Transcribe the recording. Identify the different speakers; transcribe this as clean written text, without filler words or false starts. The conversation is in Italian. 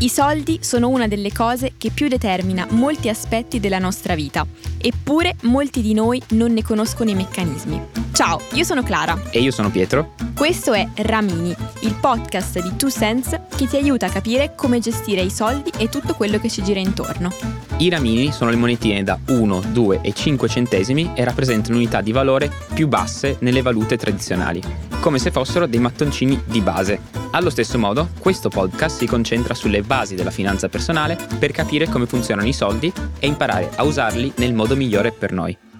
Speaker 1: I soldi sono una delle cose che più determina molti aspetti della nostra vita, eppure molti di noi non ne conoscono i meccanismi. Ciao, io sono Clara.
Speaker 2: E io sono Pietro.
Speaker 1: Questo è Ramini, il podcast di 2 Cents che ti aiuta a capire come gestire i soldi e tutto quello che ci gira intorno.
Speaker 2: I ramini sono le monetine da 1, 2 e 5 centesimi e rappresentano unità di valore più basse nelle valute tradizionali, come se fossero dei mattoncini di base. Allo stesso modo, questo podcast si concentra sulle basi della finanza personale per capire come funzionano i soldi e imparare a usarli nel modo migliore per noi.